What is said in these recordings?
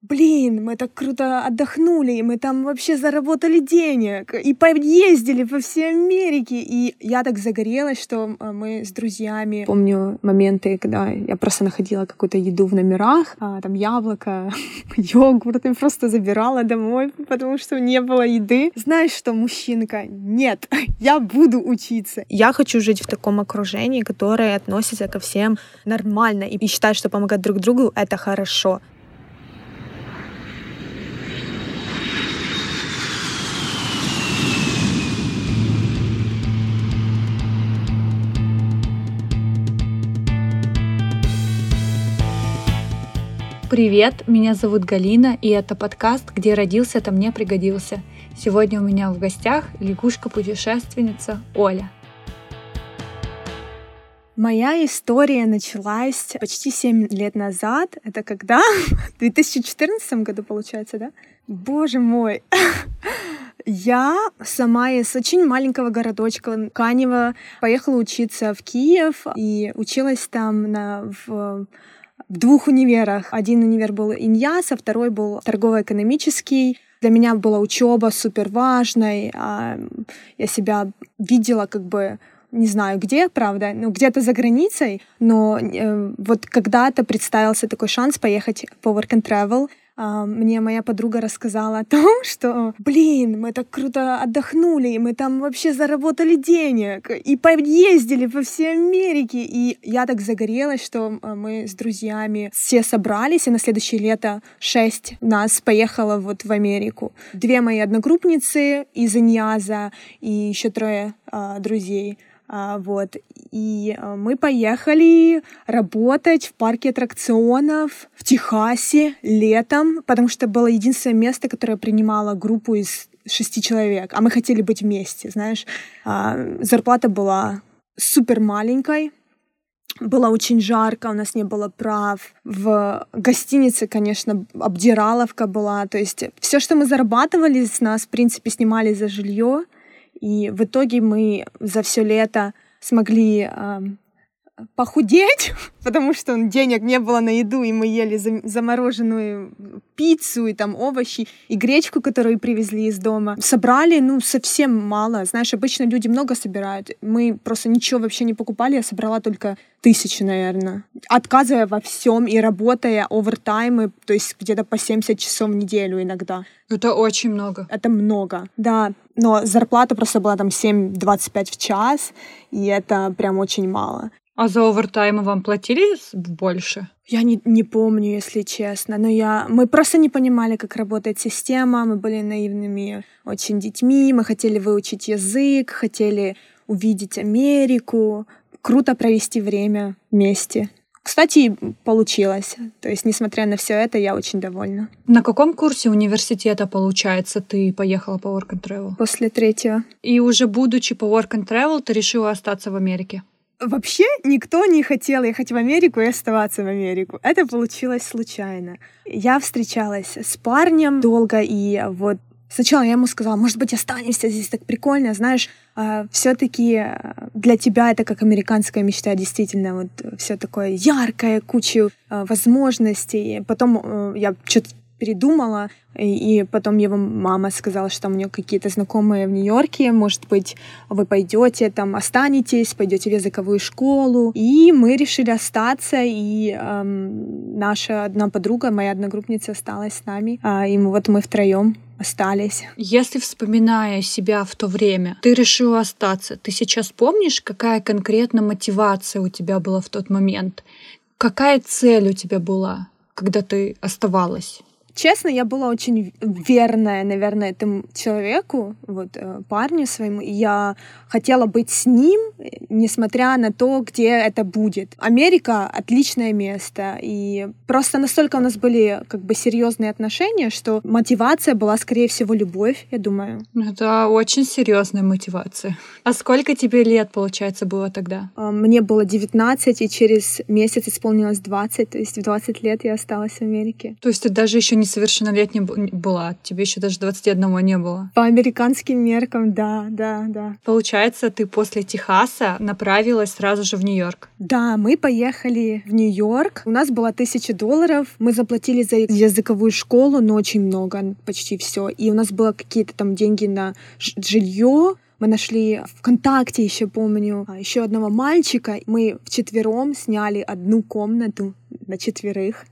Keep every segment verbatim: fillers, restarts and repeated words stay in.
блин, мы так круто отдохнули, мы там вообще заработали денег и поездили по всей Америке. И я так загорелась, что мы с друзьями... Помню моменты, когда я просто находила какую-то еду в номерах, а, там яблоко, йогурт, и просто забирала домой, потому что не было еды. Знаешь что, мужчинка, нет, я буду учиться. Я хочу жить в таком окружении, которое относится ко всем нормально и считает, что помогать друг другу — это хорошо. Привет, меня зовут Галина, и это подкаст «Где родился, там мне пригодился». Сегодня у меня в гостях лягушка-путешественница Оля. Моя история началась почти семь лет назад. Это когда? В две тысячи четырнадцатом году, получается, да? Боже мой! Я сама из очень маленького городочка Канева поехала учиться в Киев и училась там на... в в двух универах. Один универ был ИНЯС, а второй был торгово-экономический. Для меня была учеба супер важной. Я себя видела как бы, не знаю где, правда, ну где-то за границей, но э, вот когда-то представился такой шанс поехать по Work and Travel. Мне моя подруга рассказала о том, что, блин, мы так круто отдохнули, мы там вообще заработали денег и поездили по всей Америке. И я так загорелась, что мы с друзьями все собрались, и на следующее лето шесть нас поехало вот в Америку. Две мои одногруппницы из ИНЯЗа и еще трое а, друзей. А, вот. И а, мы поехали работать в парке аттракционов в Техасе летом, потому что было единственное место, которое принимало группу из шести человек, а мы хотели быть вместе, знаешь. А, зарплата была супер маленькой, было очень жарко, у нас не было прав. В гостинице, конечно, обдираловка была. То есть все, что мы зарабатывали, с нас, в принципе, снимали за жилье. И в итоге мы за все лето смогли э, похудеть, потому что денег не было на еду, и мы ели замороженную пиццу и там овощи, и гречку, которую привезли из дома. Собрали, ну, совсем мало. Знаешь, обычно люди много собирают. Мы просто ничего вообще не покупали, я собрала только тысячу, наверное. Отказывая во всем и работая овертаймы, то есть где-то по семьдесят часов в неделю иногда. Это очень много. Это много, да. Но зарплата просто была там семь двадцать пять в час, и это прям очень мало. А за овертаймы вам платили больше? Я не, не помню, если честно, но я... мы просто не понимали, как работает система, мы были наивными очень детьми, мы хотели выучить язык, хотели увидеть Америку, круто провести время вместе. Кстати, получилось. То есть, несмотря на все это, я очень довольна. На каком курсе университета, получается, ты поехала по Work and Travel? После третьего. И уже будучи по Work and Travel, ты решила остаться в Америке? Вообще никто не хотел ехать в Америку и оставаться в Америку. Это получилось случайно. Я встречалась с парнем долго, и вот сначала я ему сказала, может быть, останемся, здесь так прикольно, знаешь, все-таки для тебя это как американская мечта, действительно, вот все такое яркое, кучу возможностей. Потом я что-то передумала, и потом его мама сказала, что у нее какие-то знакомые в Нью-Йорке, может быть, вы пойдете, там останетесь, пойдете в языковую школу. И мы решили остаться, и эм, наша одна подруга, моя одногруппница, осталась с нами, а, и вот мы втроем остались. Если, вспоминая себя в то время, ты решила остаться, ты сейчас помнишь, какая конкретно мотивация у тебя была в тот момент? Какая цель у тебя была, когда ты оставалась? Честно, я была очень верная, наверное, этому человеку, вот, парню своему. Я хотела быть с ним, несмотря на то, где это будет. Америка — отличное место. И просто настолько у нас были как бы серьезные отношения, что мотивация была, скорее всего, любовь, я думаю. Это очень серьезная мотивация. А сколько тебе лет, получается, было тогда? Мне было девятнадцать, и через месяц исполнилось двадцать. То есть в двадцать лет я осталась в Америке. То есть ты даже еще не несовершеннолетней была, тебе еще даже двадцати одного не было. По американским меркам, да, да, да. Получается, ты после Техаса направилась сразу же в Нью-Йорк. Да, мы поехали в Нью-Йорк. У нас была тысяча долларов. Мы заплатили за языковую школу, но очень много, почти все. И у нас было какие-то там деньги на жилье. Мы нашли ВКонтакте, еще помню, еще одного мальчика. Мы вчетвером сняли одну комнату на четверых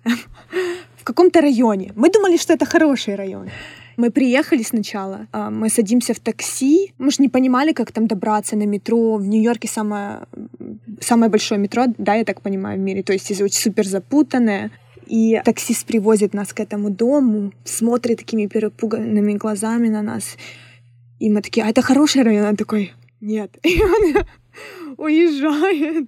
в каком-то районе. Мы думали, что это хороший район. Мы приехали сначала, мы садимся в такси. Мы же не понимали, как там добраться на метро. В Нью-Йорке самое, самое большое метро, да, я так понимаю, в мире. То есть очень супер запутанное. И таксист привозит нас к этому дому, смотрит такими перепуганными глазами на нас. И мы такие, а это хороший район? Он такой, нет. И он уезжает.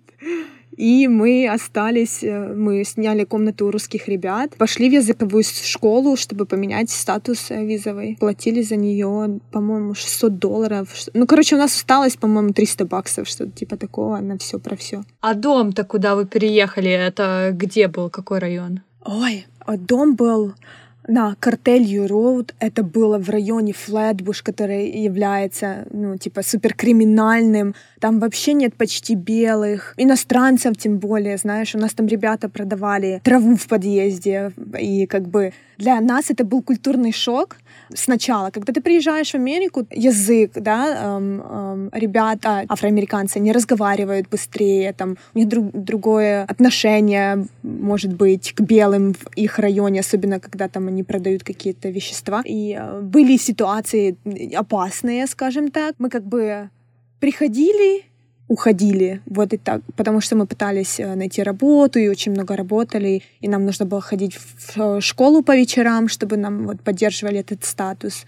И мы остались, мы сняли комнату у русских ребят, пошли в языковую школу, чтобы поменять статус визовый. Платили за нее, по-моему, шестьсот долларов. Ну, короче, у нас осталось, по-моему, триста баксов, что-то типа такого, на все про все. А дом-то, куда вы переехали, это где был, какой район? Ой, дом был на Картелью-роуд. Это было в районе Флетбуш, который является, ну, типа, суперкриминальным. Там вообще нет почти белых. Иностранцев тем более, знаешь. У нас там ребята продавали траву в подъезде. И как бы для нас это был культурный шок сначала. Когда ты приезжаешь в Америку, язык, да, эм, эм, ребята, афроамериканцы, не разговаривают быстрее, там, у них друг, другое отношение, может быть, к белым в их районе, особенно когда там они продают какие-то вещества. И э, были ситуации опасные, скажем так. Мы как бы приходили, уходили, вот и так, потому что мы пытались найти работу и очень много работали, и нам нужно было ходить в школу по вечерам, чтобы нам вот поддерживали этот статус.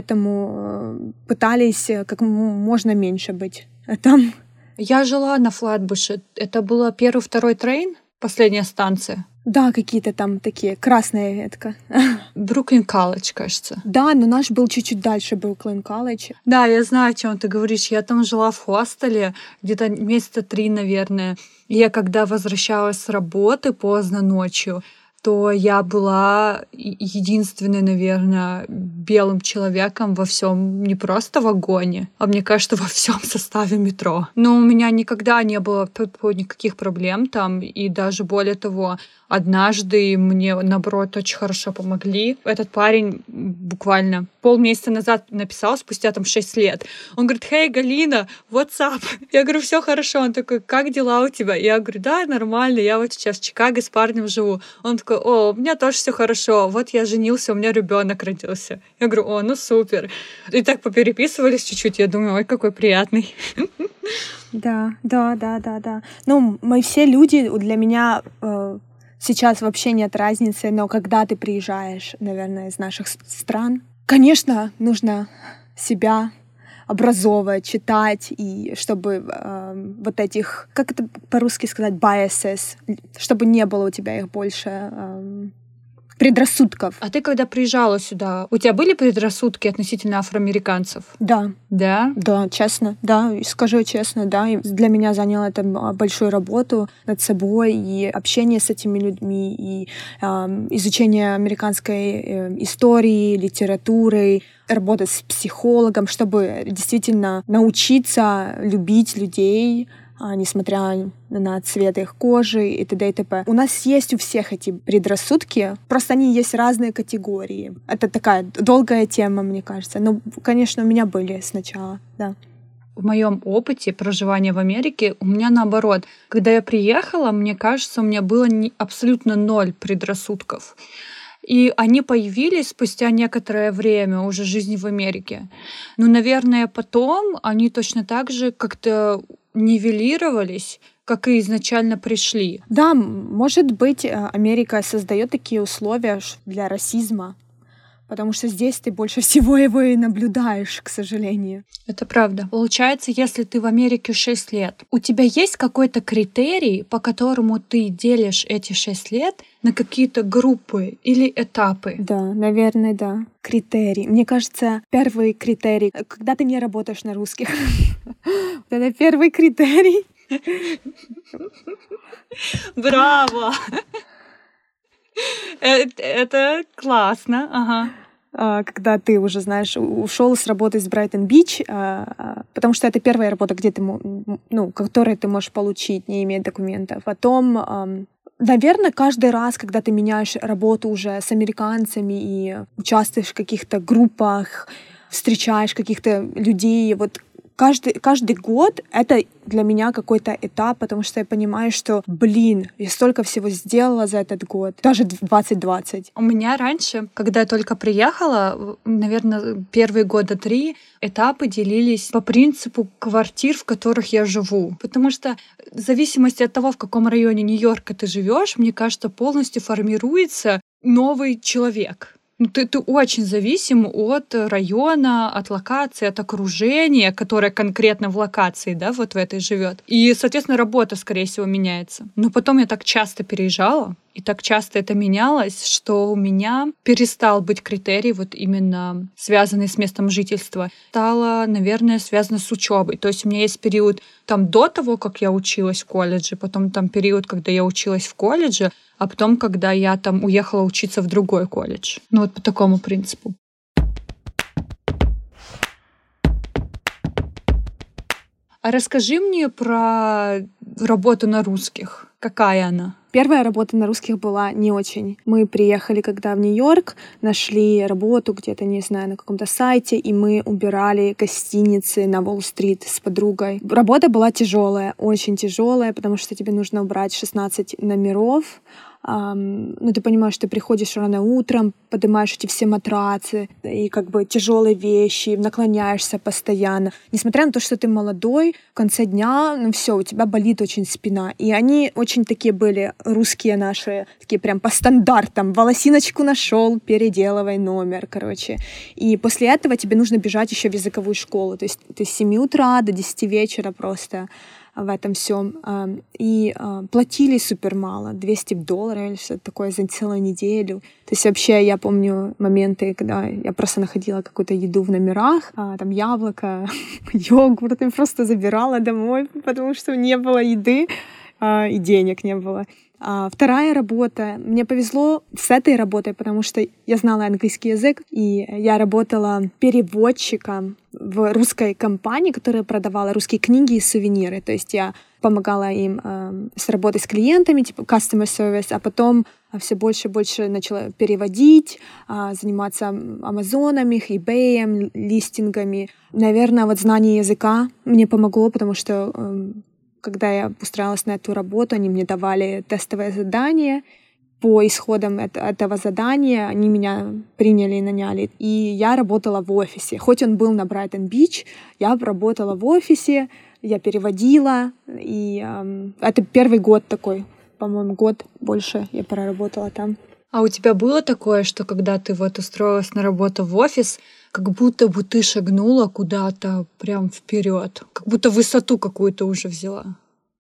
Поэтому пытались как можно меньше быть там. Я жила на Флетбуше. Это было первый-второй трейн, последняя станция. Да, какие-то там такие, красная ветка. Бруклин колледж, кажется. Да, но наш был чуть-чуть дальше, Бруклин колледж. Да, я знаю, о чем ты говоришь. Я там жила в хостеле где-то месяца три, наверное. И я когда возвращалась с работы поздно ночью, то я была единственной, наверное, белым человеком во всем не просто вагоне, а мне кажется, во всем составе метро. Но у меня никогда не было никаких проблем там, и даже более того, однажды мне, наоборот, очень хорошо помогли. Этот парень буквально полмесяца назад написал, спустя там шесть лет. Он говорит: «Хей, Галина, what's up?» Я говорю: «Все хорошо». Он такой: «Как дела у тебя?» Я говорю: «Да, нормально, я вот сейчас в Чикаго с парнем живу». Он такой: «О, у меня тоже все хорошо, вот я женился, у меня ребенок родился». Я говорю: «О, ну супер». И так попереписывались чуть-чуть, я думаю: ой, какой приятный. Да, да, да, да, да. Ну, мы все люди, для меня э, сейчас вообще нет разницы, но когда ты приезжаешь, наверное, из наших стран, конечно, нужно себя образовывать, читать, и чтобы э, вот этих, как это по-русски сказать, biases, чтобы не было у тебя их больше, э, предрассудков. А ты когда приезжала сюда, у тебя были предрассудки относительно афроамериканцев? Да. Да? Да, честно, да, скажу честно, да. И для меня заняло это большую работу над собой, и общение с этими людьми, и э, изучение американской э, истории, литературы, работа с психологом, чтобы действительно научиться любить людей, несмотря на цвет их кожи и т.д. и т.п. У нас есть у всех эти предрассудки, просто они есть разные категории. Это такая долгая тема, мне кажется. Но, конечно, у меня были сначала, да. В моем опыте проживания в Америке у меня наоборот. Когда я приехала, мне кажется, у меня было не, абсолютно ноль предрассудков. И они появились спустя некоторое время уже жизни в Америке. Но, наверное, потом они точно так же как-то нивелировались, как и изначально пришли. Да, может быть, Америка создает такие условия для расизма, потому что здесь ты больше всего его и наблюдаешь, к сожалению. Это правда. Получается, если ты в Америке шесть лет, у тебя есть какой-то критерий, по которому ты делишь эти шесть лет на какие-то группы или этапы? Да, наверное, да. Критерий. Мне кажется, первый критерий, когда ты не работаешь на русских, это первый критерий. Браво! Это, это классно, ага. Когда ты уже, знаешь, ушел с работы из Брайтон-Бич, потому что это первая работа, где ты, ну, которую ты можешь получить, не имея документов. Потом, наверное, каждый раз, когда ты меняешь работу уже с американцами и участвуешь в каких-то группах, встречаешь каких-то людей, вот Каждый, каждый год это для меня какой-то этап, потому что я понимаю, что, блин, я столько всего сделала за этот год, даже двадцать двадцать. У меня раньше, когда я только приехала, наверное, первые года три, этапы делились по принципу квартир, в которых я живу. Потому что в зависимости от того, в каком районе Нью-Йорка ты живешь, мне кажется, полностью формируется новый человек. Ты, ты очень зависим от района, от локации, от окружения, которое конкретно в локации, да, вот в этой живет. И, соответственно, работа, скорее всего, меняется. Но потом я так часто переезжала, и так часто это менялось, что у меня перестал быть критерий вот именно связанный с местом жительства. Стало, наверное, связано с учебой. То есть у меня есть период там до того, как я училась в колледже, потом там период, когда я училась в колледже, а потом, когда я там уехала учиться в другой колледж. Ну вот по такому принципу. А расскажи мне про работу на русских. Какая она? Первая работа на русских была не очень. Мы приехали, когда в Нью-Йорк, нашли работу где-то, не знаю, на каком-то сайте, и мы убирали гостиницы на Уолл-стрит с подругой. Работа была тяжелая, очень тяжелая, потому что тебе нужно убрать шестнадцать номеров. Um, ну, ты понимаешь, что ты приходишь рано утром, поднимаешь эти все матрацы и как бы тяжелые вещи, наклоняешься постоянно. Несмотря на то, что ты молодой, в конце дня, ну все, у тебя болит очень спина. И они очень такие были, русские наши, такие прям по стандартам. Волосиночку нашел, переделывай номер, короче. И после этого тебе нужно бежать еще в языковую школу. То есть ты с семи утра до десяти вечера просто в этом всем. И платили супер мало, двести долларов или что-то такое за целую неделю. То есть вообще я помню моменты, когда я просто находила какую-то еду в номерах, там яблоко, йогурт, и просто забирала домой, потому что не было еды и денег не было. А вторая работа. Мне повезло с этой работой, потому что я знала английский язык, и я работала переводчиком в русской компании, которая продавала русские книги и сувениры. То есть я помогала им э, с работой с клиентами, типа customer service, а потом все больше и больше начала переводить, э, заниматься Амазонами, eBay, листингами. Наверное, вот знание языка мне помогло, потому что э, когда я устраивалась на эту работу, они мне давали тестовое задание. По исходам этого задания они меня приняли и наняли. И я работала в офисе. Хоть он был на Брайтон-Бич, я работала в офисе, я переводила. И эм, это первый год такой, по-моему, год больше я проработала там. А у тебя было такое, что когда ты вот устроилась на работу в офис, как будто бы ты шагнула куда-то прям вперед, как будто высоту какую-то уже взяла?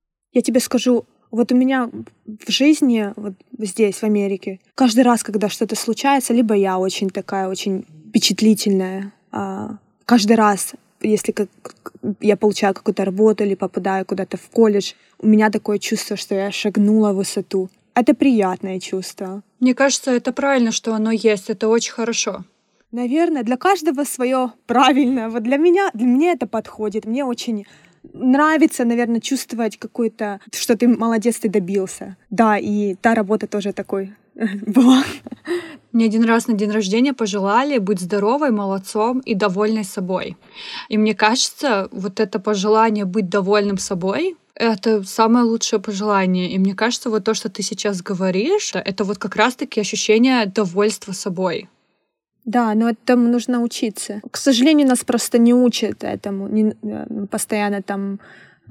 Я тебе скажу, вот у меня в жизни, вот здесь, в Америке, каждый раз, когда что-то случается, либо я очень такая, очень впечатлительная, каждый раз, если как я получаю какую-то работу или попадаю куда-то в колледж, у меня такое чувство, что я шагнула в высоту. Это приятное чувство. Мне кажется, это правильно, что оно есть. Это очень хорошо. Наверное, для каждого свое правильно. Вот для меня, для меня это подходит. Мне очень нравится, наверное, чувствовать какой-то, что ты молодец, ты добился. Да, и та работа тоже такой была. Мне один раз на день рождения пожелали быть здоровой, молодцом и довольной собой. И мне кажется, вот это пожелание быть довольным собой — это самое лучшее пожелание. И мне кажется, вот то, что ты сейчас говоришь, это вот как раз-таки ощущение довольства собой. Да, но этому нужно учиться. К сожалению, нас просто не учат этому. Не, постоянно там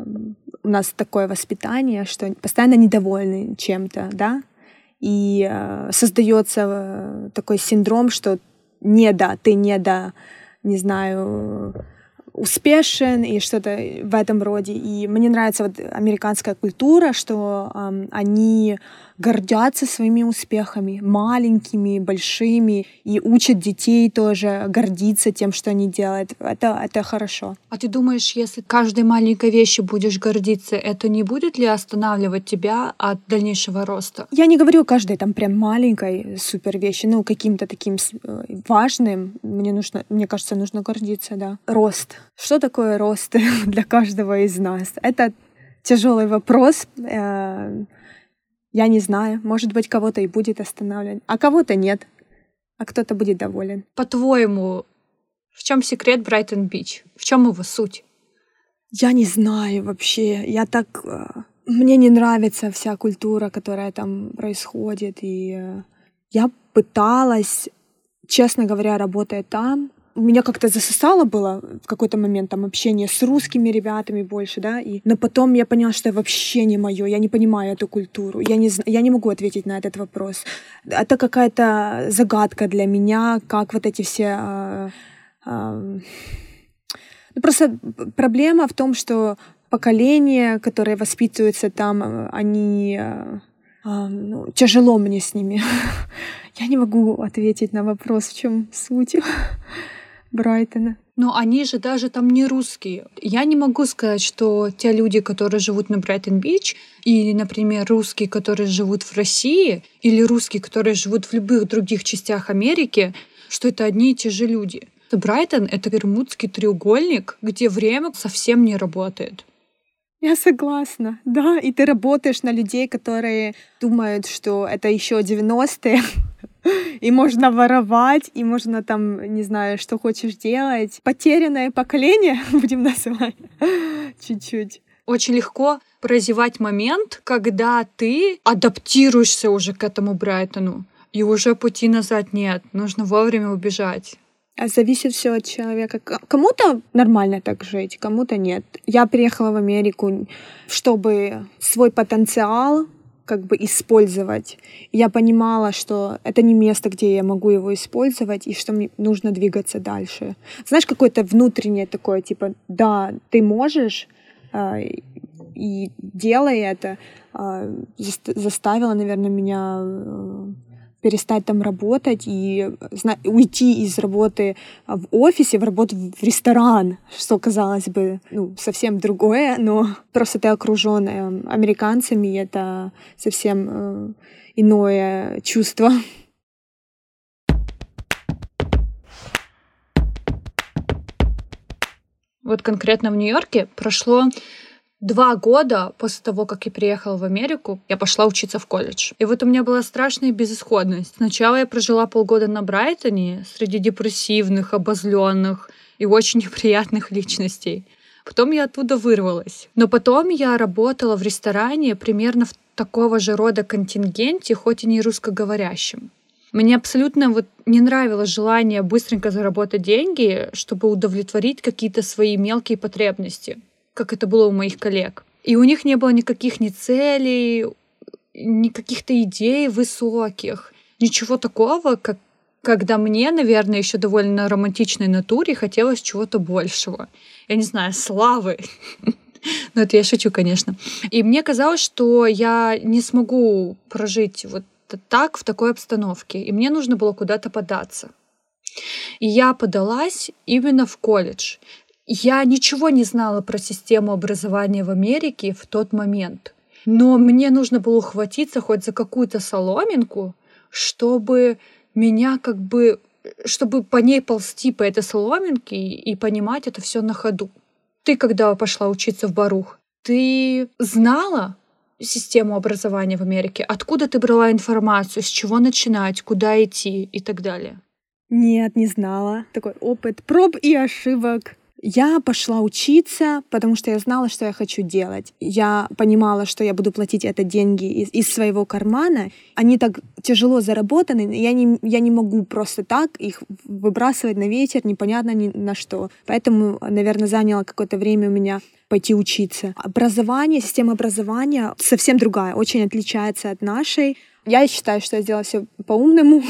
у нас такое воспитание, что постоянно недовольны чем-то, да? И э, создается такой синдром, что не да, ты не да, не знаю, успешен и что-то в этом роде. И мне нравится вот американская культура, что э, они гордятся своими успехами, маленькими, большими, и учат детей тоже гордиться тем, что они делают. Это, это хорошо. А ты думаешь, если каждой маленькой вещи будешь гордиться, это не будет ли останавливать тебя от дальнейшего роста? Я не говорю каждой там прям маленькой супер вещи, ну, каким-то таким важным. Мне нужно, мне кажется, нужно гордиться, да. Рост. Что такое рост для каждого из нас? Это тяжелый вопрос. Я не знаю. Может быть, кого-то и будет останавливать, а кого-то нет. А кто-то будет доволен. По-твоему, в чем секрет Брайтон-Бич? В чем его суть? Я не знаю вообще. Я так... Мне не нравится вся культура, которая там происходит. И я пыталась, честно говоря, работая там, меня как-то засосало было в какой-то момент там общение с русскими ребятами больше, да, и... но потом я поняла, что это вообще не моё, я не понимаю эту культуру, я не, я не могу ответить на этот вопрос. Это какая-то загадка для меня, как вот эти все... А, а... Ну, просто проблема в том, что поколения, которые воспитываются там, они... А, ну, тяжело мне с ними. Я не могу ответить на вопрос, в чем суть Брайтона. Но они же даже там не русские. Я не могу сказать, что те люди, которые живут на Брайтон-Бич, или, например, русские, которые живут в России, или русские, которые живут в любых других частях Америки, что это одни и те же люди. Брайтон — это Бермудский треугольник, где время совсем не работает. Я согласна, да. И ты работаешь на людей, которые думают, что это еще девяностые, и можно воровать, и можно там, не знаю, что хочешь делать. Потерянное поколение, будем называть, чуть-чуть. Очень легко прозевать момент, когда ты адаптируешься уже к этому Брайтону, и уже пути назад нет, нужно вовремя убежать. Зависит все от человека. Кому-то нормально так жить, кому-то нет. Я приехала в Америку, чтобы свой потенциал как бы использовать. Я понимала, что это не место, где я могу его использовать, и что мне нужно двигаться дальше. Знаешь, какое-то внутреннее такое, типа, да, ты можешь, и делай это, заставило, наверное, меня перестать там работать и уйти из работы в офисе в работу в ресторан, что, казалось бы, ну, совсем другое, но просто ты окружён американцами, и это совсем иное чувство. Вот конкретно в Нью-Йорке прошло Два года после того, как я приехала в Америку, я пошла учиться в колледж. И вот у меня была страшная безысходность. Сначала я прожила полгода на Брайтоне среди депрессивных, обозленных и очень неприятных личностей. Потом я оттуда вырвалась. Но потом я работала в ресторане примерно в такого же рода контингенте, хоть и не русскоговорящем. Мне абсолютно вот не нравилось желание быстренько заработать деньги, чтобы удовлетворить какие-то свои мелкие потребности, как это было у моих коллег. И у них не было никаких ни целей, ни каких-то идей высоких, ничего такого, как когда мне, наверное, еще довольно романтичной натуре хотелось чего-то большего. Я не знаю, славы. Ну, это я шучу, конечно. И мне казалось, что я не смогу прожить вот так, в такой обстановке. И мне нужно было куда-то податься. И я подалась именно в колледж. Я ничего не знала про систему образования в Америке в тот момент. Но мне нужно было ухватиться хоть за какую-то соломинку, чтобы меня как бы... чтобы по ней ползти по этой соломинке и понимать это все на ходу. Ты, когда пошла учиться в Барух, ты знала систему образования в Америке? Откуда ты брала информацию, с чего начинать, куда идти и так далее? Нет, не знала. Такой опыт проб и ошибок. Я пошла учиться, потому что я знала, что я хочу делать. Я понимала, что я буду платить это деньги из, из своего кармана. Они так тяжело заработаны, я не, я не могу просто так их выбрасывать на ветер, непонятно ни на что. Поэтому, наверное, заняло какое-то время у меня пойти учиться. Образование, система образования совсем другая, очень отличается от нашей. Я считаю, что я сделала все по-умному.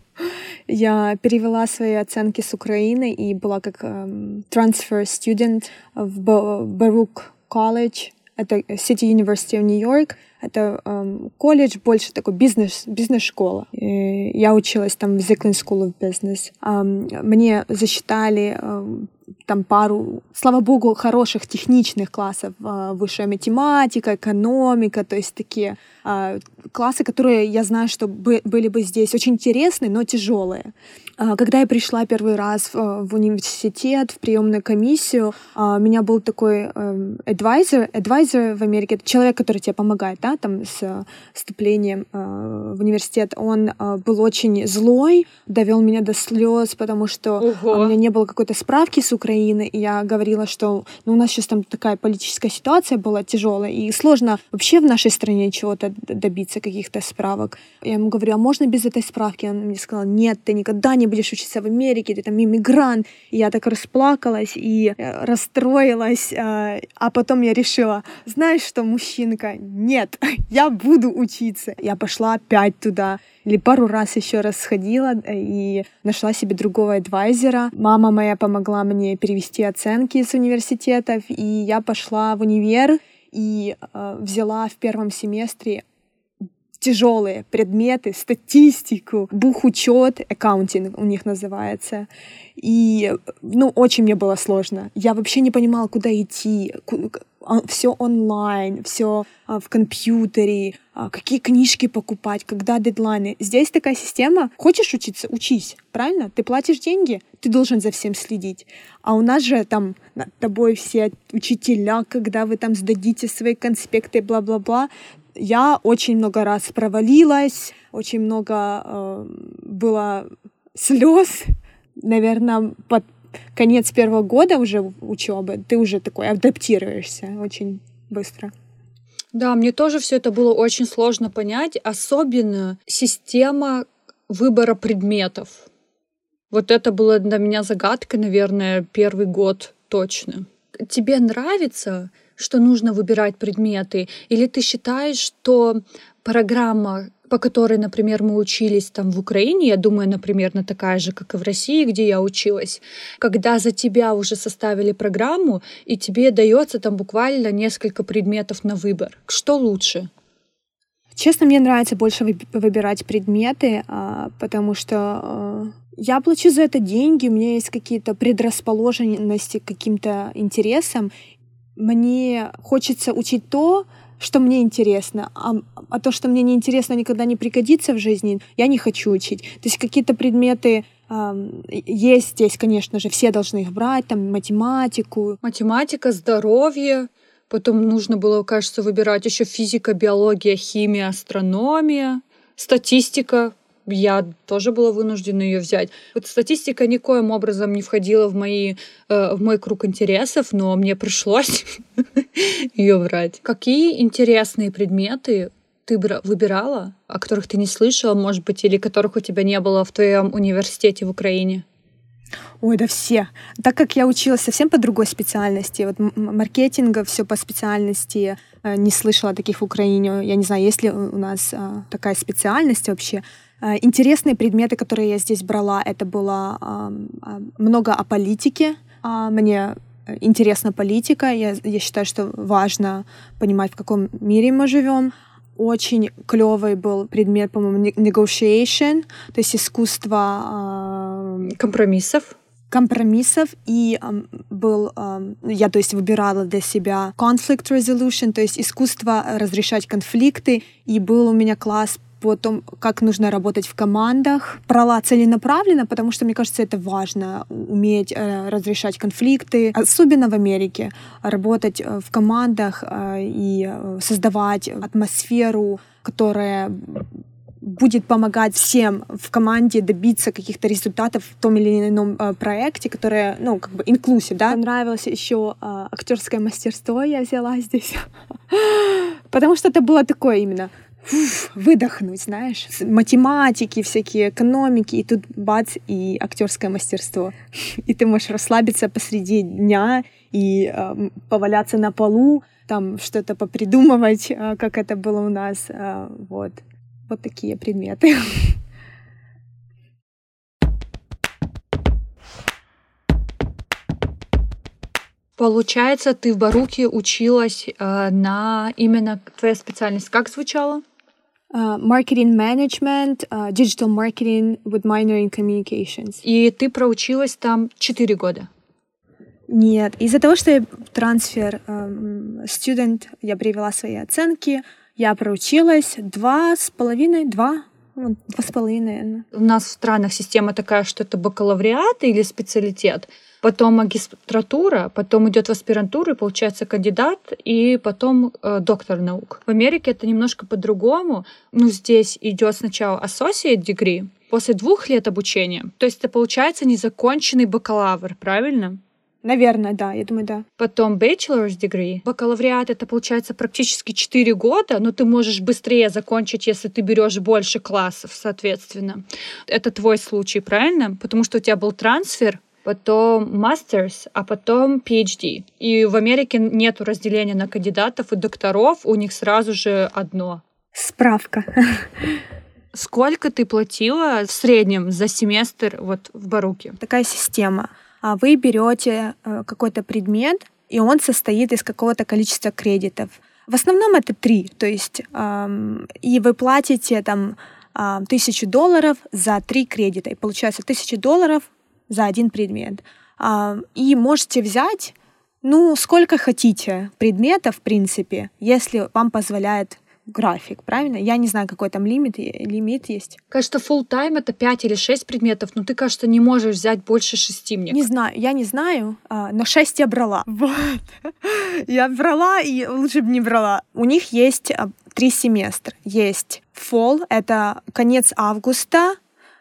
Я перевела свои оценки с Украины и была как um, transfer student в Baruch College. Это City University of New York. Это эм, колледж, больше такой бизнес, бизнес-школа. И я училась там в Zicklin School of Business. Эм, мне засчитали эм, там пару, слава богу, хороших техничных классов. Э, высшая математика, экономика, то есть такие э, классы, которые я знаю, что бы, были бы здесь очень интересные, но тяжелые. Э, когда я пришла первый раз в, в университет, в приемную комиссию, э, у меня был такой э, advisor, advisor в Америке, это человек, который тебе помогает, да, там с вступлением э, в университет. Он э, был очень злой, довел меня до слез, потому что Ого. у меня не было какой-то справки с Украины, и я говорила, что ну, у нас сейчас там такая политическая ситуация была тяжелая, и сложно вообще в нашей стране чего-то добиться, каких-то справок. Я ему говорю, а можно без этой справки? Он мне сказал, нет, ты никогда не будешь учиться в Америке, ты там иммигрант. И я так расплакалась и расстроилась, а потом я решила, знаешь что, мужчинка, нет, я буду учиться. Я пошла опять туда, или пару раз еще раз сходила и нашла себе другого адвайзера. Мама моя помогла мне перевести оценки из университетов, и я пошла в универ и э, взяла в первом семестре тяжелые предметы, статистику, бухучет, аккаунтинг у них называется. И, ну, очень мне было сложно. Я вообще не понимала, куда идти. Все онлайн, все в компьютере, какие книжки покупать, когда дедлайны. Здесь такая система. Хочешь учиться? Учись. Правильно? Ты платишь деньги, ты должен за всем следить. А у нас же там над тобой все учителя, когда вы там сдадите свои конспекты, бла-бла-бла. Я очень много раз провалилась, очень много э, было слез. Наверное, под конец первого года уже учебы ты уже такой адаптируешься очень быстро. Да, мне тоже все это было очень сложно понять, особенно система выбора предметов. Вот это было для меня загадкой, наверное, первый год точно. Тебе нравится, что нужно выбирать предметы? Или ты считаешь, что программа, по которой, например, мы учились там в Украине, я думаю, например, она такая же, как и в России, где я училась, когда за тебя уже составили программу, и тебе дается там буквально несколько предметов на выбор. Что лучше? Честно, мне нравится больше выбирать предметы, потому что я плачу за это деньги, у меня есть какие-то предрасположенности к каким-то интересам. Мне хочется учить то, что мне интересно, а, а то, что мне не интересно, никогда не пригодится в жизни, я не хочу учить. То есть какие-то предметы э, есть здесь, конечно же, все должны их брать, там математику. Математика, здоровье, потом нужно было, кажется, выбирать еще физика, биология, химия, астрономия, статистика. Я тоже была вынуждена ее взять. Вот статистика никоим образом не входила в, мои, э, в мой круг интересов, но мне пришлось ее брать. Какие интересные предметы ты выбирала, о которых ты не слышала, может быть, или которых у тебя не было в твоем университете в Украине? Ой, да все. Так как я училась совсем по другой специальности, вот маркетинга, все по специальности, не слышала таких в Украине. Я не знаю, есть ли у нас такая специальность вообще. Интересные предметы, которые я здесь брала, это было много о политике. Мне интересна политика. Я, я считаю, что важно понимать, в каком мире мы живем. Очень клевый был предмет, по-моему, negotiation, то есть искусство компромиссов. компромиссов, и um, был, um, я, то есть, выбирала для себя conflict resolution, то есть искусство разрешать конфликты, и был у меня класс по тому, как нужно работать в командах. Брала целенаправленно, потому что, мне кажется, это важно, уметь э, разрешать конфликты, особенно в Америке, работать в командах э, и создавать атмосферу, которая будет помогать всем в команде добиться каких-то результатов в том или ином э, проекте, которое, ну, как бы inclusive, да. Понравилось еще э, актерское мастерство я взяла здесь, потому что это было такое именно Фуф, выдохнуть, знаешь, математики, всякие экономики, и тут бац, и актерское мастерство. И ты можешь расслабиться посреди дня и э, поваляться на полу, там что-то попридумывать, э, как это было у нас. Э, вот. Вот такие предметы. Получается, ты в Баруке училась э, на именно твоя специальность. Как звучала? Uh, marketing management, uh, digital marketing with minor in communications. И ты проучилась там четыре года? Нет, из-за того, что я трансфер um, student, я привела свои оценки, я проучилась два с половиной, два, ну, два с половиной, наверное. У нас в странах система такая, что это бакалавриат или специалитет, потом магистратура, потом идет в аспирантуру, и получается кандидат, и потом э, доктор наук. В Америке это немножко по-другому. Ну, здесь идет сначала associate degree, после двух лет обучения. То есть это получается незаконченный бакалавр, правильно? Наверное, да, я думаю, да. Потом bachelor's degree. Бакалавриат — это, получается, практически четыре года, но ты можешь быстрее закончить, если ты берешь больше классов, соответственно. Это твой случай, правильно? Потому что у тебя был трансфер, потом masters, а потом пи эйч ди. И в Америке нет разделения на кандидатов и докторов, у них сразу же одно. Справка. Сколько ты платила в среднем за семестр вот в Баруке? Такая система. Вы берете какой-то предмет, и он состоит из какого-то количества кредитов. В основном это три, то есть и вы платите там тысячу долларов за три кредита, и получается тысяча долларов за один предмет. И можете взять, ну, сколько хотите предметов, в принципе, если вам позволяет график, правильно? Я не знаю, какой там лимит, лимит есть. Кажется, full-time это пять или шесть предметов, но ты, кажется, не можешь взять больше шести, мне Не знаю, я не знаю, но шесть я брала. Вот. Я брала, и лучше бы не брала. У них есть три семестра. Есть fall, это конец августа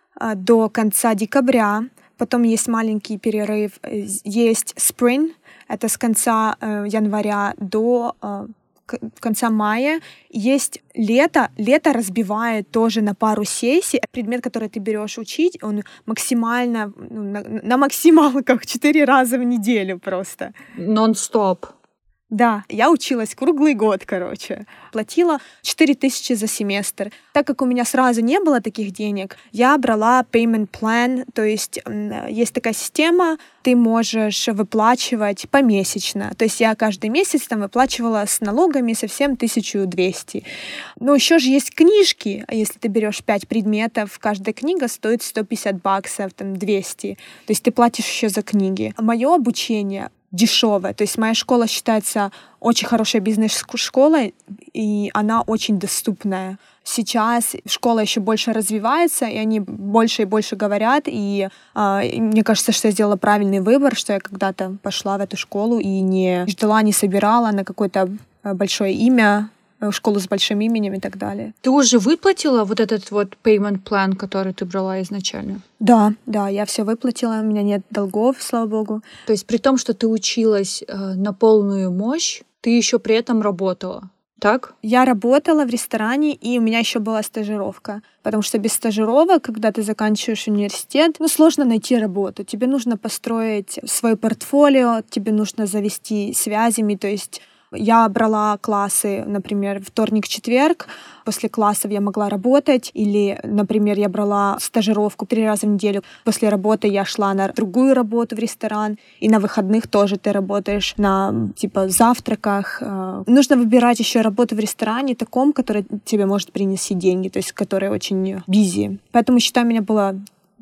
до конца декабря. Потом есть маленький перерыв. Есть spring, это с конца э, января до э, конца мая. Есть лето. Лето разбивает тоже на пару сессий. Предмет, который ты берешь учить, он максимально, ну, на, на максималках четыре раза в неделю просто. Нон-стоп. Да, я училась круглый год, короче. Платила четыре тысячи за семестр. Так как у меня сразу не было таких денег, я брала payment plan, то есть есть такая система, ты можешь выплачивать помесячно. То есть я каждый месяц там выплачивала с налогами совсем тысячу двести. Но еще же есть книжки. Если ты берешь пять предметов, каждая книга стоит сто пятьдесят баксов, там двести. То есть ты платишь еще за книги. А мое обучение дешевая. То есть моя школа считается очень хорошей бизнес-школой, и она очень доступная. Сейчас школа еще больше развивается, и они больше и больше говорят, и э, мне кажется, что я сделала правильный выбор, что я когда-то пошла в эту школу и не ждала, не собирала на какое-то большое имя, школу с большим именем и так далее. Ты уже выплатила вот этот вот payment plan, который ты брала изначально? Да, да, я все выплатила, у меня нет долгов, слава богу. То есть при том, что ты училась э, на полную мощь, ты еще при этом работала, так? Я работала в ресторане, и у меня еще была стажировка. Потому что без стажировок, когда ты заканчиваешь университет, ну, сложно найти работу. Тебе нужно построить свое портфолио, тебе нужно завести связями, то есть я брала классы, например, вторник-четверг. После классов я могла работать. Или, например, я брала стажировку три раза в неделю. После работы я шла на другую работу в ресторан. И на выходных тоже ты работаешь на, типа, завтраках. Нужно выбирать еще работу в ресторане таком, который тебе может принести деньги, то есть который очень busy. Поэтому, считаю, у меня было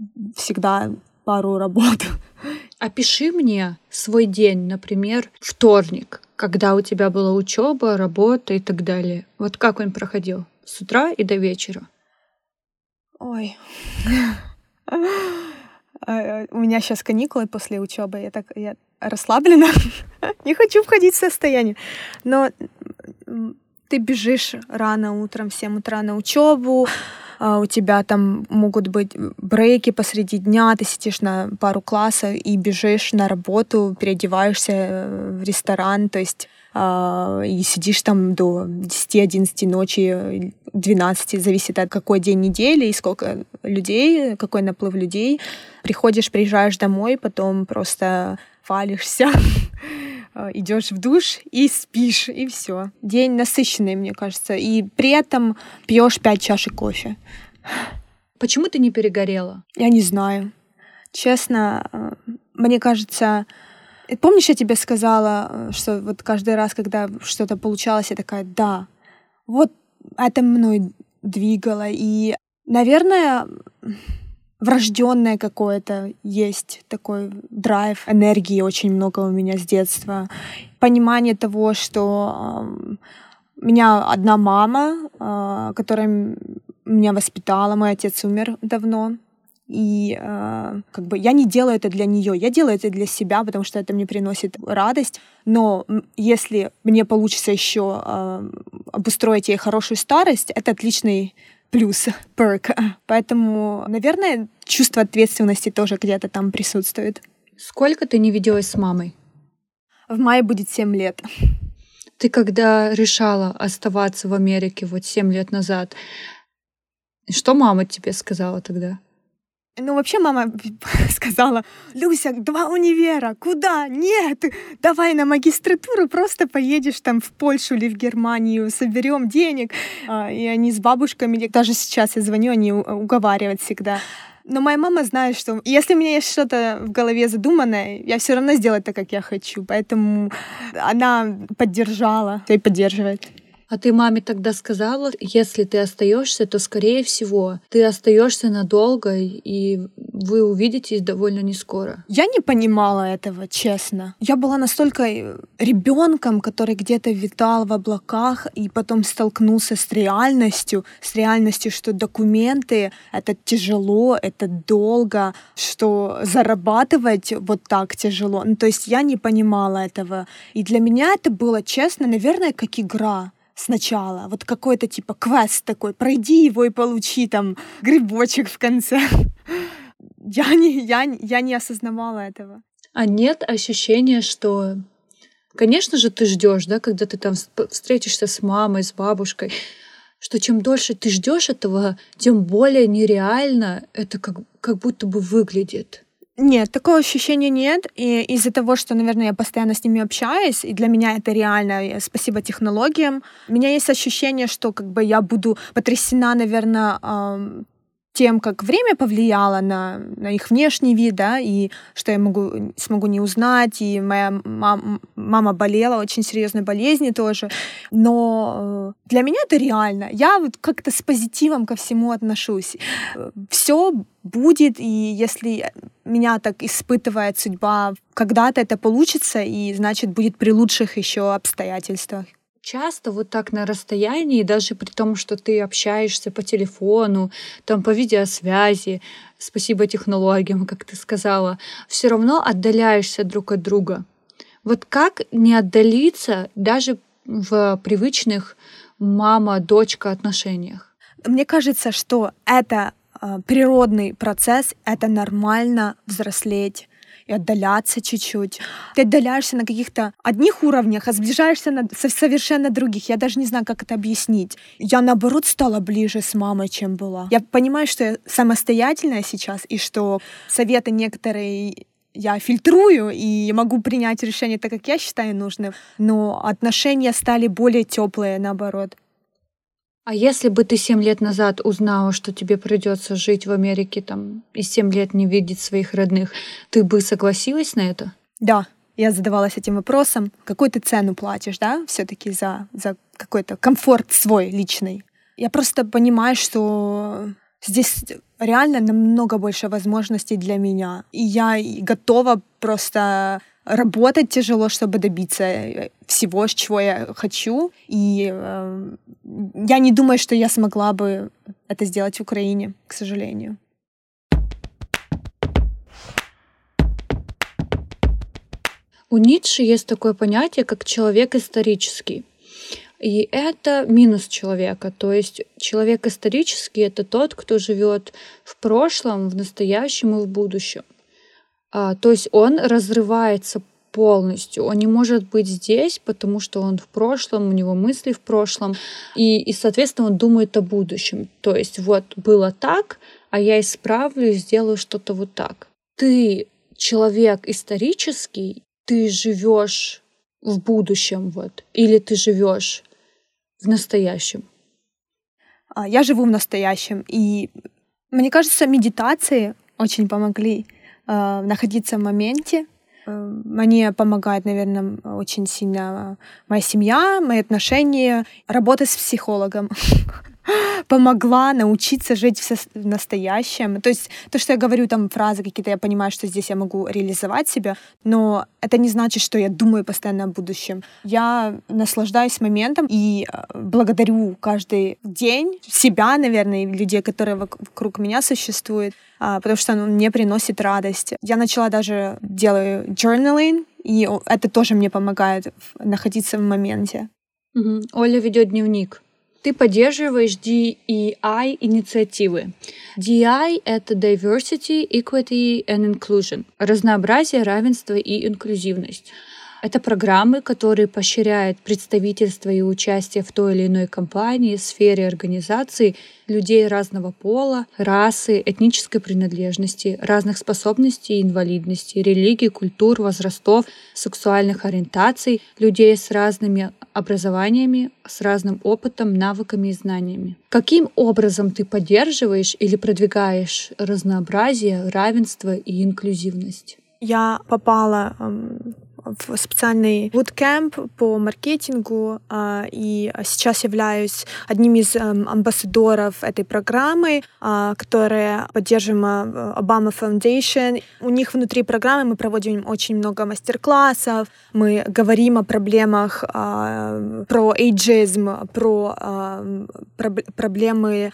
всегда пару работ. Опиши мне свой день, например, вторник, когда у тебя была учеба, работа и так далее. Вот как он проходил? С утра и до вечера? Ой. У меня сейчас каникулы после учебы. Я так я расслаблена. Не хочу входить в состояние. Но ты бежишь рано утром, в семь утра на учебу. У тебя там могут быть брейки посреди дня, ты сидишь на пару классов и бежишь на работу, переодеваешься в ресторан, то есть и сидишь там до десяти-одиннадцати ночи, двенадцати, зависит от какой день недели и сколько людей, какой наплыв людей. Приходишь, приезжаешь домой, потом просто валишься, идешь в душ и спишь, и все. День насыщенный, мне кажется, и при этом пьешь пять чашек кофе. Почему ты не перегорела? Я не знаю. Честно, мне кажется, Помнишь, я тебе сказала, что вот каждый раз, когда что-то получалось, я такая, да, вот это мной двигало. И, наверное, врожденное какое-то есть такой драйв, энергии очень много у меня с детства. Понимание того, что э, у меня одна мама, э, которая меня воспитала, мой отец умер давно. И э, как бы я не делаю это для нее, я делаю это для себя, потому что это мне приносит радость. Но если мне получится еще э, обустроить ей хорошую старость, это отличный плюс, перк. Поэтому, наверное, чувство ответственности тоже где-то там присутствует. Сколько ты не виделась с мамой? В мае будет семь лет. Ты когда решала оставаться в Америке вот семь лет назад, что мама тебе сказала тогда? Ну, вообще мама сказала: Люся, два универа, куда? Нет, давай на магистратуру, просто поедешь там в Польшу или в Германию, соберем денег. И они с бабушками, даже сейчас я звоню, они уговаривают всегда. Но моя мама знает, что если у меня есть что-то в голове задуманное, я все равно сделаю так, как я хочу. Поэтому она поддержала и поддерживает. А ты маме тогда сказала, если ты остаешься, то, скорее всего, ты остаешься надолго, и вы увидитесь довольно не скоро. Я не понимала этого, честно. Я была настолько ребенком, который где-то витал в облаках и потом столкнулся с реальностью, с реальностью, что документы — это тяжело, это долго, что зарабатывать вот так тяжело. Ну, то есть я не понимала этого. И для меня это было, честно, наверное, как игра. Сначала. Вот какой-то типа квест такой. Пройди его и получи там грибочек в конце. Я не, я, я не осознавала этого. А нет ощущения, что... Конечно же, ты ждешь, да, когда ты там встретишься с мамой, с бабушкой, что чем дольше ты ждешь этого, тем более нереально это как, как будто бы выглядит. Нет, такого ощущения нет. И из-за того, что, наверное, я постоянно с ними общаюсь, и для меня это реально спасибо технологиям, у меня есть ощущение, что как бы я буду потрясена, наверное, тем, как время повлияло на, на их внешний вид, да, и что я могу, смогу не узнать, и моя мам, мама болела очень серьезной болезнью тоже, но для меня это реально. Я вот как-то с позитивом ко всему отношусь. Все будет, и если меня так испытывает судьба, когда-то это получится, и значит будет при лучших еще обстоятельствах. Часто вот так на расстоянии, даже при том, что ты общаешься по телефону, там по видеосвязи, спасибо технологиям, как ты сказала, все равно отдаляешься друг от друга. Вот как не отдалиться даже в привычных мама-дочка отношениях? Мне кажется, что это э, природный процесс, это нормально взрослеть и отдаляться чуть-чуть. Ты отдаляешься на каких-то одних уровнях, а сближаешься на совершенно других. Я даже не знаю, как это объяснить. Я, наоборот, стала ближе с мамой, чем была. Я понимаю, что я самостоятельная сейчас, и что советы некоторые я фильтрую и могу принять решение так, как я считаю нужным, но отношения стали более теплые, наоборот. А если бы ты семь лет назад узнала, что тебе придется жить в Америке там, и семь лет не видеть своих родных, ты бы согласилась на это? Да, я задавалась этим вопросом. Какую ты цену платишь, да, все-таки за, за какой-то комфорт свой личный? Я просто понимаю, что здесь реально намного больше возможностей для меня. И я готова просто работать тяжело, чтобы добиться всего, чего я хочу. И э, я не думаю, что я смогла бы это сделать в Украине, к сожалению. У Ницше есть такое понятие, как человек исторический. И это минус человека. То есть человек исторический — это тот, кто живет в прошлом, в настоящем и в будущем. А, то есть он разрывается полностью. Он не может быть здесь, потому что он в прошлом, у него мысли в прошлом, и, и соответственно, он думает о будущем. То есть вот было так, а я исправлю и сделаю что-то вот так. Ты человек исторический, ты живешь в будущем, вот, или ты живешь в настоящем? Я живу в настоящем, и мне кажется, медитации очень помогли э, находиться в моменте, Мне помогает, наверное, очень сильно моя семья, мои отношения, работа с психологом. Помогла научиться жить в настоящем. То есть то, что я говорю, там фразы какие-то, я понимаю, что здесь я могу реализовать себя, но это не значит, что я думаю постоянно о будущем. Я наслаждаюсь моментом и благодарю каждый день себя, наверное, и людей, которые вокруг меня существуют, потому что он мне приносит радость. Я начала даже делать journaling, и это тоже мне помогает находиться в моменте. Угу. Оля ведет дневник. Ты поддерживаешь ди и ай-инициативы. ди и ай — это Diversity, Equity and Inclusion. Разнообразие, равенство и инклюзивность. Это программы, которые поощряют представительство и участие в той или иной компании, сфере организации людей разного пола, расы, этнической принадлежности, разных способностей и инвалидностей, религий, культур, возрастов, сексуальных ориентаций, людей с разными образованиями, с разным опытом, навыками и знаниями. Каким образом ты поддерживаешь или продвигаешь разнообразие, равенство и инклюзивность? Я попала в специальный bootcamp по маркетингу, и сейчас являюсь одним из амбассадоров этой программы, которая поддерживаема Obama Foundation. У них внутри программы мы проводим очень много мастер-классов, мы говорим о проблемах про эйджизм, про проблемы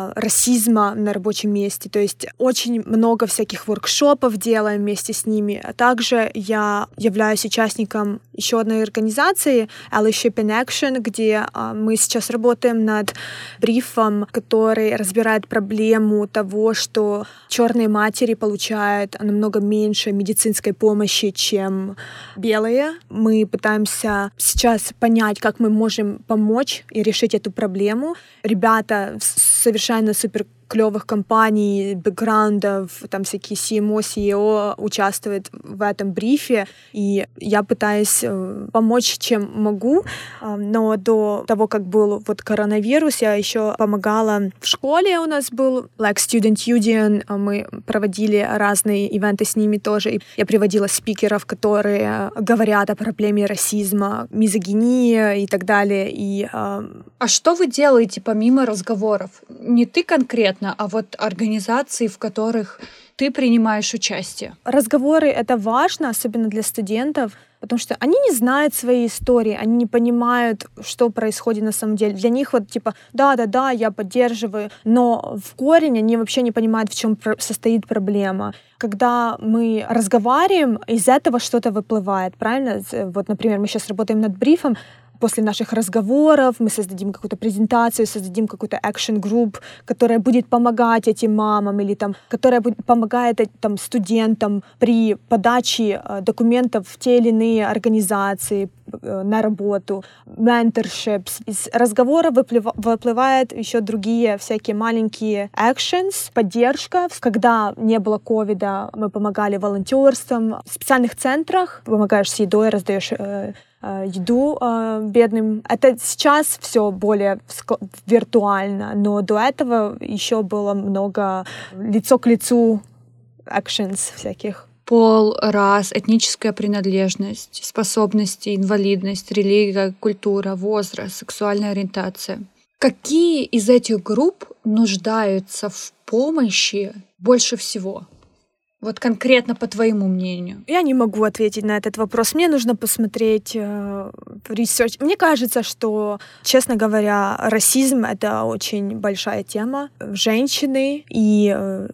расизма на рабочем месте. То есть очень много всяких воркшопов делаем вместе с ними. А также я являюсь участником еще одной организации Allyship in Action, где а, мы сейчас работаем над брифом, который разбирает проблему того, что черные матери получают намного меньше медицинской помощи, чем белые. Мы пытаемся сейчас понять, как мы можем помочь и решить эту проблему. Ребята совершенно супер клевых компаний, бэкграундов, там всякие си эм о, си и о участвуют в этом брифе, и я пытаюсь помочь, чем могу, но до того, как был вот коронавирус, я еще помогала в школе, у нас был Black Student Union, мы проводили разные ивенты с ними тоже, и я приводила спикеров, которые говорят о проблеме расизма, мизогинии и так далее. И, а что вы делаете помимо разговоров? Не ты конкретно, а вот организации, в которых ты принимаешь участие. Разговоры — это важно, особенно для студентов, потому что они не знают своей истории, они не понимают, что происходит на самом деле. Для них вот типа да-да-да, я поддерживаю, но в корень они вообще не понимают, в чем состоит проблема. Когда мы разговариваем, из этого что-то выплывает, правильно? Вот, например, мы сейчас работаем над брифом. После наших разговоров мы создадим какую-то презентацию, создадим какую-то action group, которая будет помогать этим мамам или там, которая будет помогает там, студентам при подаче документов в те или иные организации на работу, mentorships. Из разговора выплыв, выплывают еще другие всякие маленькие actions, поддержка. Когда не было ковида, мы помогали волонтерством в специальных центрах, помогаешь с едой, раздаешь э, еду э, бедным. Это сейчас все более виртуально, но до этого еще было много лицо к лицу actions всяких. Пол, рас, этническая принадлежность, способности, инвалидность, религия, культура, возраст, сексуальная ориентация. Какие из этих групп нуждаются в помощи больше всего? Вот конкретно по твоему мнению. Я не могу ответить на этот вопрос. Мне нужно посмотреть э, research. Мне кажется, что, честно говоря, расизм — это очень большая тема. Женщины и э,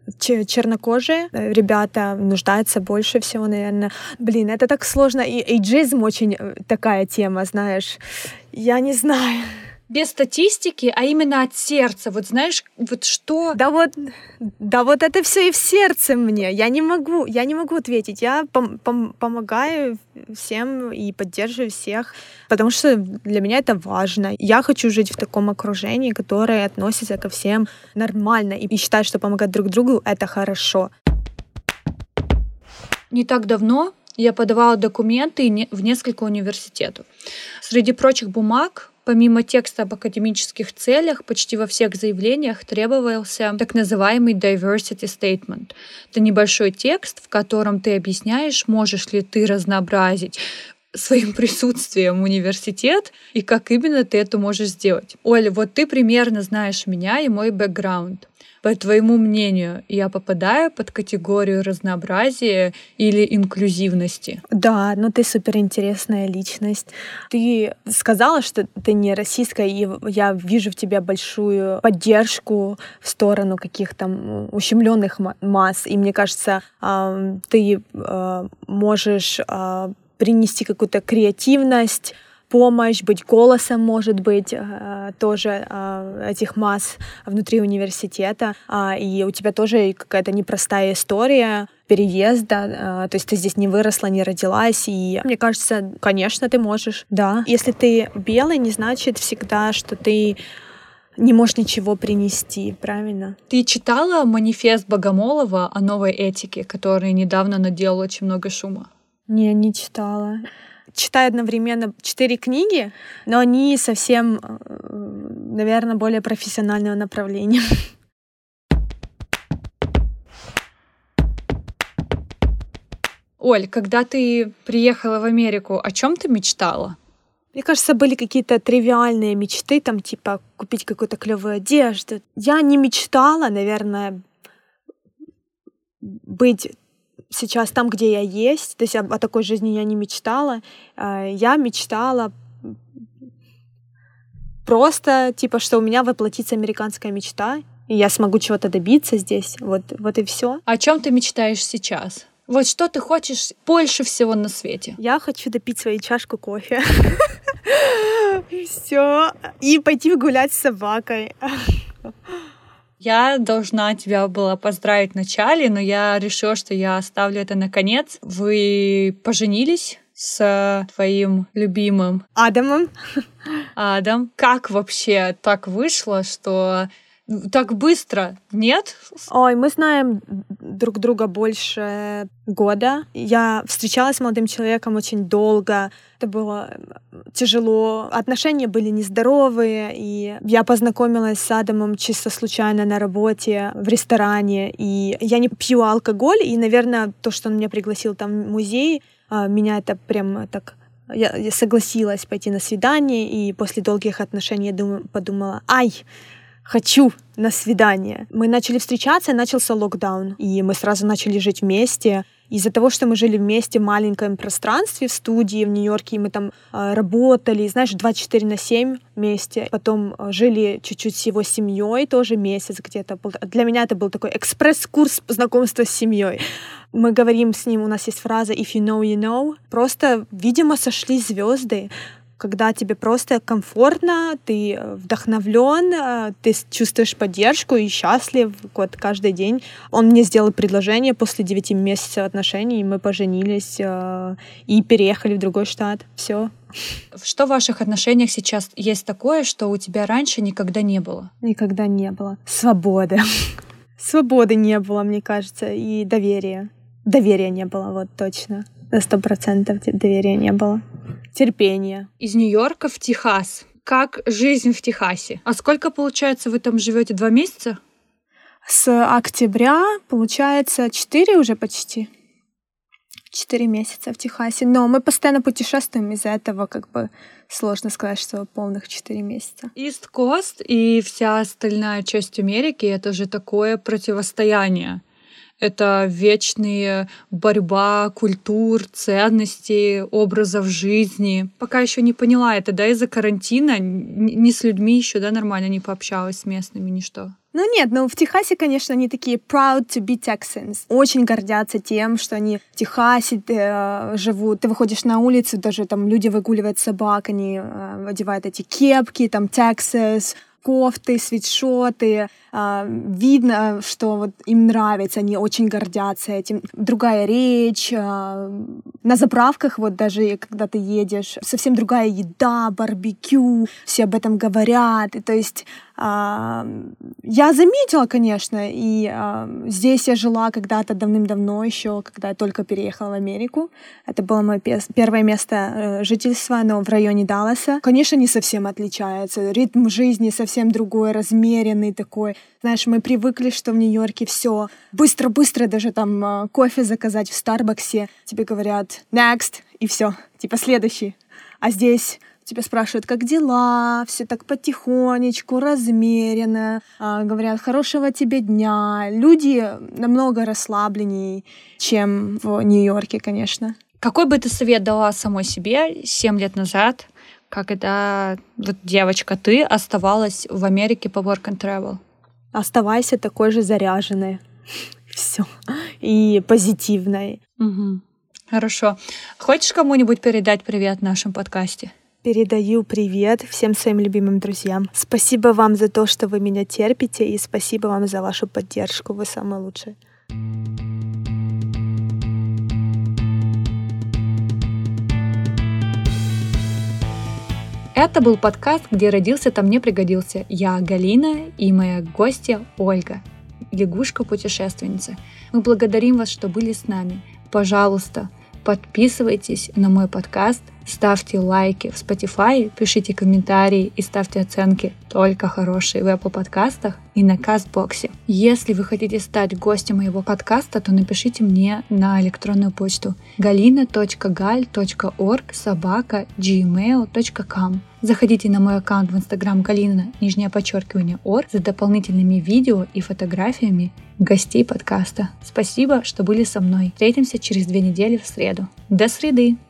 чернокожие ребята нуждаются больше всего, наверное. Блин, это так сложно. И эйджизм очень такая тема, знаешь. Я не знаю. Без статистики, а именно от сердца. Вот знаешь, вот что... Да вот, да вот это все и в сердце мне. Я не могу, я не могу ответить. Я пом- пом- помогаю всем и поддерживаю всех, потому что для меня это важно. Я хочу жить в таком окружении, которое относится ко всем нормально и считаю, что помогать друг другу — это хорошо. Не так давно я подавала документы в несколько университетов. Среди прочих бумаг Помимо текста об академических целях, почти во всех заявлениях требовался так называемый diversity statement. Это небольшой текст, в котором ты объясняешь, можешь ли ты разнообразить своим присутствием университет и как именно ты это можешь сделать. Оля, вот ты примерно знаешь меня и мой бэкграунд. По твоему мнению, я попадаю под категорию разнообразия или инклюзивности? Да, ну ты суперинтересная личность. Ты сказала, что ты не расистская, и я вижу в тебе большую поддержку в сторону каких-то ущемленных масс. И мне кажется, ты можешь принести какую-то креативность, помощь, быть голосом, может быть, тоже этих масс внутри университета. И у тебя тоже какая-то непростая история переезда, то есть ты здесь не выросла, не родилась, и мне кажется, конечно, ты можешь, да. Если ты белый, не значит всегда, что ты не можешь ничего принести, правильно? Ты читала манифест Богомолова о новой этике, который недавно наделал очень много шума? Не, не читала. Читаю одновременно четыре книги, но они совсем, наверное, более профессионального направления. Оль, когда ты приехала в Америку, о чем ты мечтала? Мне кажется, были какие-то тривиальные мечты, там типа купить какую-то клевую одежду. Я не мечтала, наверное, быть сейчас там, где я есть, то есть о, о такой жизни я не мечтала. Я мечтала просто, типа, что у меня воплотится американская мечта, и я смогу чего-то добиться здесь. Вот, вот и все. О чем ты мечтаешь сейчас? Вот что ты хочешь больше всего на свете? Я хочу допить свою чашку кофе. Все. И пойти гулять с собакой. Я должна тебя была поздравить в начале, но я решила, что я оставлю это на конец. Вы поженились с твоим любимым Адамом. Адам. Как вообще так вышло, что так быстро? Нет? Ой, мы знаем друг друга больше года. Я встречалась с молодым человеком очень долго. Это было тяжело. Отношения были нездоровые. И я познакомилась с Адамом чисто случайно на работе в ресторане. И я не пью алкоголь. И, наверное, то, что он меня пригласил там в музей, меня это прям так... Я, я согласилась пойти на свидание. И после долгих отношений я думаю, подумала, ай, хочу на свидание. Мы начали встречаться, и начался локдаун. И мы сразу начали жить вместе. Из-за того, что мы жили вместе в маленьком пространстве в студии в Нью-Йорке, и мы там э, работали, знаешь, двадцать четыре на семь вместе. Потом э, жили чуть-чуть с его семьей, тоже месяц где-то. Для меня это был такой экспресс-курс знакомства с семьей. Мы говорим с ним, у нас есть фраза «if you know, you know». Просто, видимо, сошли звезды. Когда тебе просто комфортно, ты вдохновлен, ты чувствуешь поддержку и счастлив вот, каждый день. Он мне сделал предложение после девяти месяцев отношений, и мы поженились и переехали в другой штат. Все. Что в ваших отношениях сейчас есть такое, что у тебя раньше никогда не было? Никогда не было. Свободы. Свободы не было, мне кажется, и доверия. Доверия не было, вот точно. На сто процентов доверия не было. Терпение. Из Нью-Йорка в Техас. Как жизнь в Техасе? А сколько, получается, вы там живете? Два месяца? С октября, получается, четыре уже почти. Четыре месяца в Техасе. Но мы постоянно путешествуем, из-за этого как бы сложно сказать, что полных четыре месяца. East Coast и вся остальная часть Америки — это же такое противостояние. Это вечная борьба культур, ценностей, образов жизни. Пока еще не поняла это, да, из-за карантина ни с людьми еще, да, нормально не пообщалась с местными, ничто. Ну нет, ну в Техасе, конечно, они такие proud to be Texans. Очень гордятся тем, что они в Техасе э, живут. Ты выходишь на улицу, даже там люди выгуливают собак, они э, одевают эти кепки, там Texas, кофты, свитшоты. Э, видно, что вот им нравится, они очень гордятся этим. Другая речь. Э, на заправках, вот даже когда ты едешь, совсем другая еда, барбекю, все об этом говорят. И, то есть А, я заметила, конечно, и а, здесь я жила когда-то давным-давно еще, когда я только переехала в Америку. Это было мое первое место жительства, но в районе Далласа. Конечно, не совсем отличается. Ритм жизни совсем другой, размеренный такой. Знаешь, мы привыкли, что в Нью-Йорке все быстро-быстро, даже там кофе заказать в Старбаксе. Тебе говорят «next», и все, типа следующий. А здесь тебя спрашивают, как дела, все так потихонечку, размеренно, а, говорят, хорошего тебе дня. Люди намного расслабленнее, чем в Нью-Йорке, конечно. Какой бы ты совет дала самой себе семь лет назад, когда вот девочка ты оставалась в Америке по work and travel? Оставайся такой же заряженной. Все. И позитивной. Угу. Хорошо. Хочешь кому-нибудь передать привет в нашем подкасте? Передаю привет всем своим любимым друзьям. Спасибо вам за то, что вы меня терпите, и спасибо вам за вашу поддержку. Вы самые лучшие. Это был подкаст «Где родился, там не пригодился». Я Галина и моя гостья Ольга, лягушка-путешественница. Мы благодарим вас, что были с нами. Пожалуйста, подписывайтесь на мой подкаст, ставьте лайки в Spotify, пишите комментарии и ставьте оценки, только хорошие, в Apple подкастах и на Кастбоксе. Если вы хотите стать гостем моего подкаста, то напишите мне на электронную почту галина точка галь точка орг собака джимейл точка ком. Заходите на мой аккаунт в Instagram Галина, нижнее подчеркивание, орг, за дополнительными видео и фотографиями гостей подкаста. Спасибо, что были со мной. Встретимся через две недели в среду. До среды!